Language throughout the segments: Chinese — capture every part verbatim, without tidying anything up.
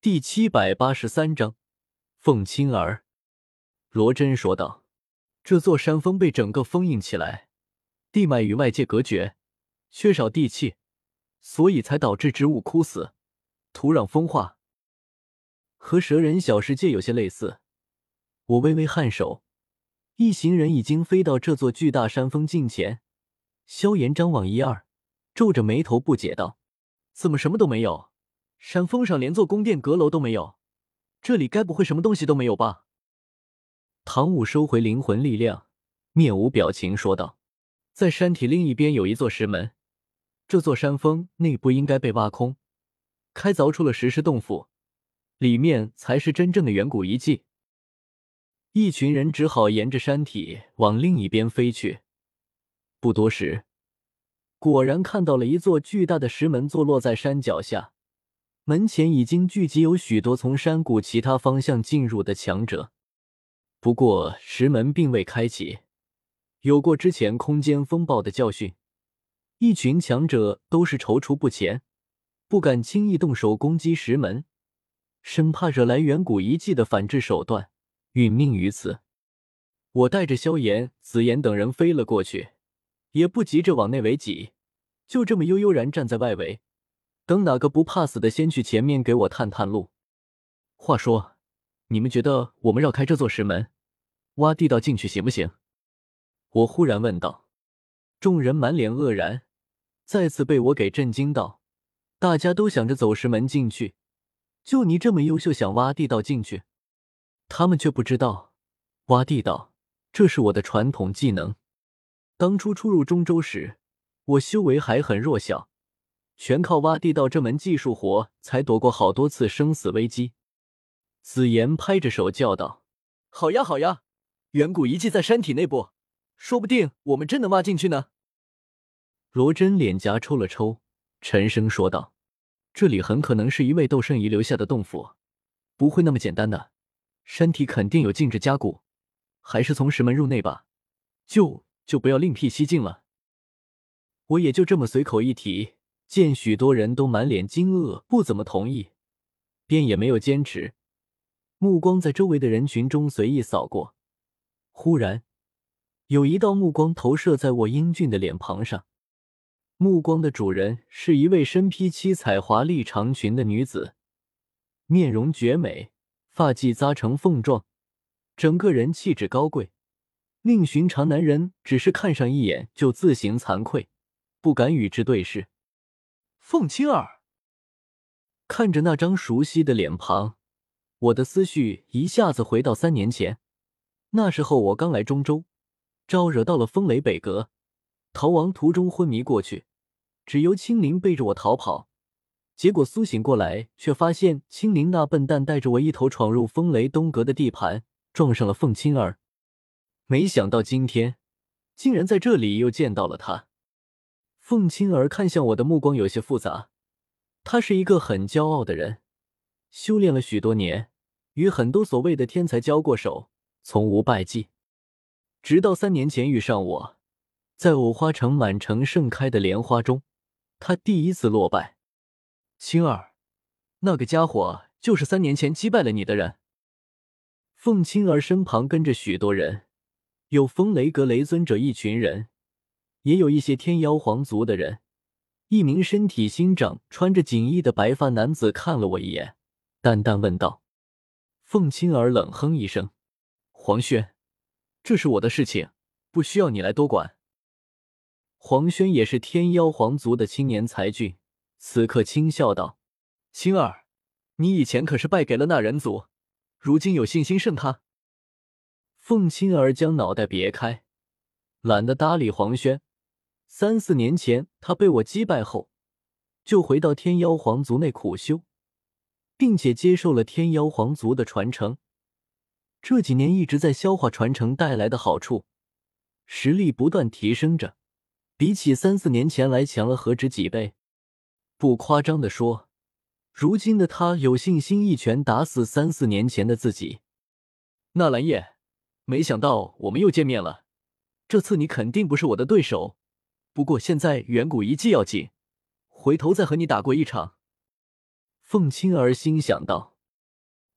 第七百八十三章凤青儿。罗真说道：这座山峰被整个封印起来，地脉与外界隔绝，缺少地气，所以才导致植物枯死，土壤风化。和蛇人小世界有些类似。我微微颔首，一行人已经飞到这座巨大山峰近前。萧炎张望一二，皱着眉头不解道：怎么什么都没有？山峰上连座宫殿阁楼都没有，这里该不会什么东西都没有吧？唐舞收回灵魂力量，面无表情说道：在山体另一边有一座石门，这座山峰内部应该被挖空，开凿出了石室洞府，里面才是真正的远古遗迹。一群人只好沿着山体往另一边飞去。不多时，果然看到了一座巨大的石门坐落在山脚下，门前已经聚集有许多从山谷其他方向进入的强者。不过石门并未开启，有过之前空间风暴的教训，一群强者都是踌躇不前，不敢轻易动手攻击石门，生怕惹来远古遗迹的反制手段，殒命于此。我带着萧炎、紫妍等人飞了过去，也不急着往内围挤，就这么悠悠然站在外围，等哪个不怕死的先去前面给我探探路。话说，你们觉得我们绕开这座石门，挖地道进去行不行？我忽然问道。众人满脸愕然，再次被我给震惊到。大家都想着走石门进去，就你这么优秀想挖地道进去。他们却不知道，挖地道，这是我的传统技能。当初初入中州时，我修为还很弱小，全靠挖地道这门技术活才躲过好多次生死危机。紫妍拍着手叫道：好呀好呀，远古遗迹在山体内部，说不定我们真能挖进去呢。罗真脸颊抽了抽，沉声说道：这里很可能是一位斗圣遗留下的洞府，不会那么简单的，山体肯定有禁制加固，还是从石门入内吧，就就不要另辟蹊径了。我也就这么随口一提，见许多人都满脸惊愕，不怎么同意，便也没有坚持，目光在周围的人群中随意扫过。忽然有一道目光投射在我英俊的脸庞上，目光的主人是一位身披七彩华丽长裙的女子，面容绝美，发髻扎成凤状，整个人气质高贵，令寻常男人只是看上一眼就自行惭愧，不敢与之对视。凤青儿。看着那张熟悉的脸庞，我的思绪一下子回到三年前。那时候我刚来中州，招惹到了风雷北阁，逃亡途中昏迷过去，只由青灵背着我逃跑，结果苏醒过来，却发现青灵那笨蛋带着我一头闯入风雷东阁的地盘，撞上了凤青儿。没想到今天竟然在这里又见到了他。凤青儿看向我的目光有些复杂，他是一个很骄傲的人，修炼了许多年，与很多所谓的天才交过手，从无败绩。直到三年前遇上我，在藕花城满城盛开的莲花中，他第一次落败。青儿，那个家伙就是三年前击败了你的人。凤青儿身旁跟着许多人，有风雷阁雷尊者一群人，也有一些天妖皇族的人。一名身体新长穿着锦衣的白发男子看了我一眼，淡淡问道。凤青儿冷哼一声：黄轩，这是我的事情，不需要你来多管。黄轩也是天妖皇族的青年才俊，此刻轻笑道：青儿，你以前可是败给了那人族，如今有信心胜他？凤青儿将脑袋别开，懒得搭理黄轩。三四年前他被我击败后，就回到天妖皇族内苦修，并且接受了天妖皇族的传承。这几年一直在消化传承带来的好处，实力不断提升着，比起三四年前来强了何止几倍。不夸张地说，如今的他有信心一拳打死三四年前的自己。纳兰叶，没想到我们又见面了，这次你肯定不是我的对手，不过现在远古遗迹要紧，回头再和你打过一场。凤青儿心想道。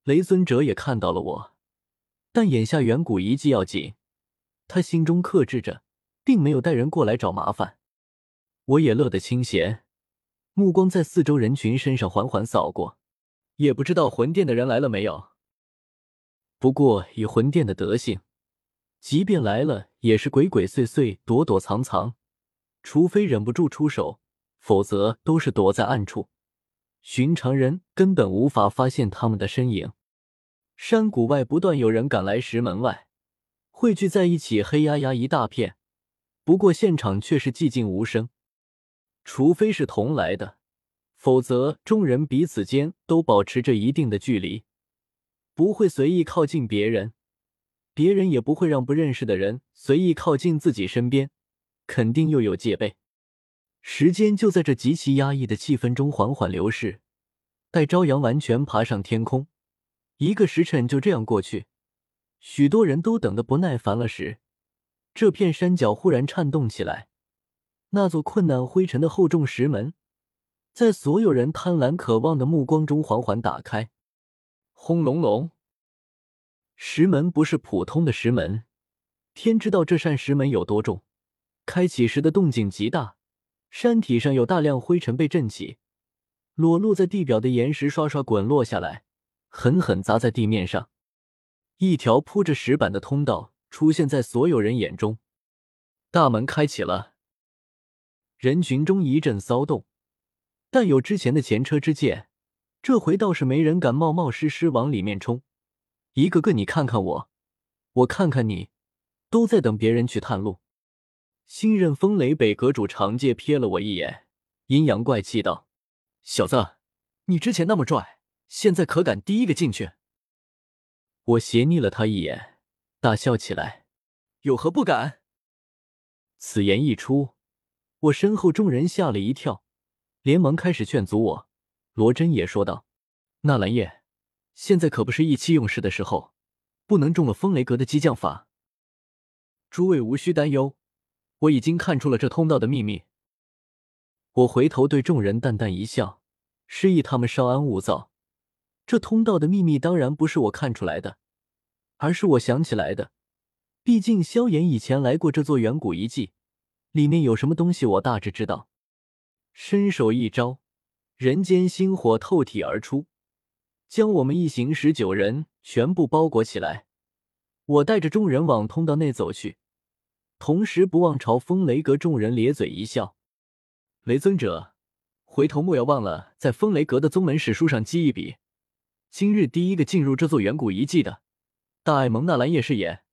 雷尊者也看到了我，但眼下远古遗迹要紧，他心中克制着，并没有带人过来找麻烦。我也乐得清闲，目光在四周人群身上缓缓扫过，也不知道魂殿的人来了没有。不过以魂殿的德性，即便来了也是鬼鬼祟祟，躲躲藏藏，除非忍不住出手，否则都是躲在暗处，寻常人根本无法发现他们的身影。山谷外不断有人赶来石门外，汇聚在一起，黑压压一大片，不过现场却是寂静无声。除非是同来的，否则众人彼此间都保持着一定的距离，不会随意靠近别人，别人也不会让不认识的人随意靠近自己身边，肯定又有戒备。时间就在这极其压抑的气氛中缓缓流逝，待朝阳完全爬上天空，一个时辰就这样过去，许多人都等得不耐烦了时，这片山脚忽然颤动起来，那座困难灰尘的厚重石门在所有人贪婪渴望的目光中缓缓打开。轰隆隆，石门不是普通的石门，天知道这扇石门有多重，开启时的动静极大，山体上有大量灰尘被震起，裸露在地表的岩石刷刷滚落下来，狠狠砸在地面上。一条铺着石板的通道出现在所有人眼中，大门开启了。人群中一阵骚动，但有之前的前车之鉴，这回倒是没人敢冒冒失失往里面冲。一个个你看看我，我看看你，都在等别人去探路。新任风雷北阁主长介瞥了我一眼，阴阳怪气道：小子，你之前那么拽，现在可敢第一个进去？我斜睨了他一眼，大笑起来：有何不敢？此言一出，我身后众人吓了一跳，连忙开始劝阻我。罗真也说道：纳兰叶，现在可不是意气用事的时候，不能中了风雷阁的激将法。诸位无需担忧，我已经看出了这通道的秘密。我回头对众人淡淡一笑，示意他们稍安勿躁。这通道的秘密当然不是我看出来的，而是我想起来的。毕竟萧炎以前来过这座远古遗迹，里面有什么东西我大致知道。伸手一招，人间星火透体而出，将我们一行十九人全部包裹起来。我带着众人往通道内走去，同时不忘朝风雷阁众人咧嘴一笑。雷尊者，回头莫要忘了在风雷阁的宗门史书上记一笔，今日第一个进入这座远古遗迹的，大爱蒙纳兰叶是也。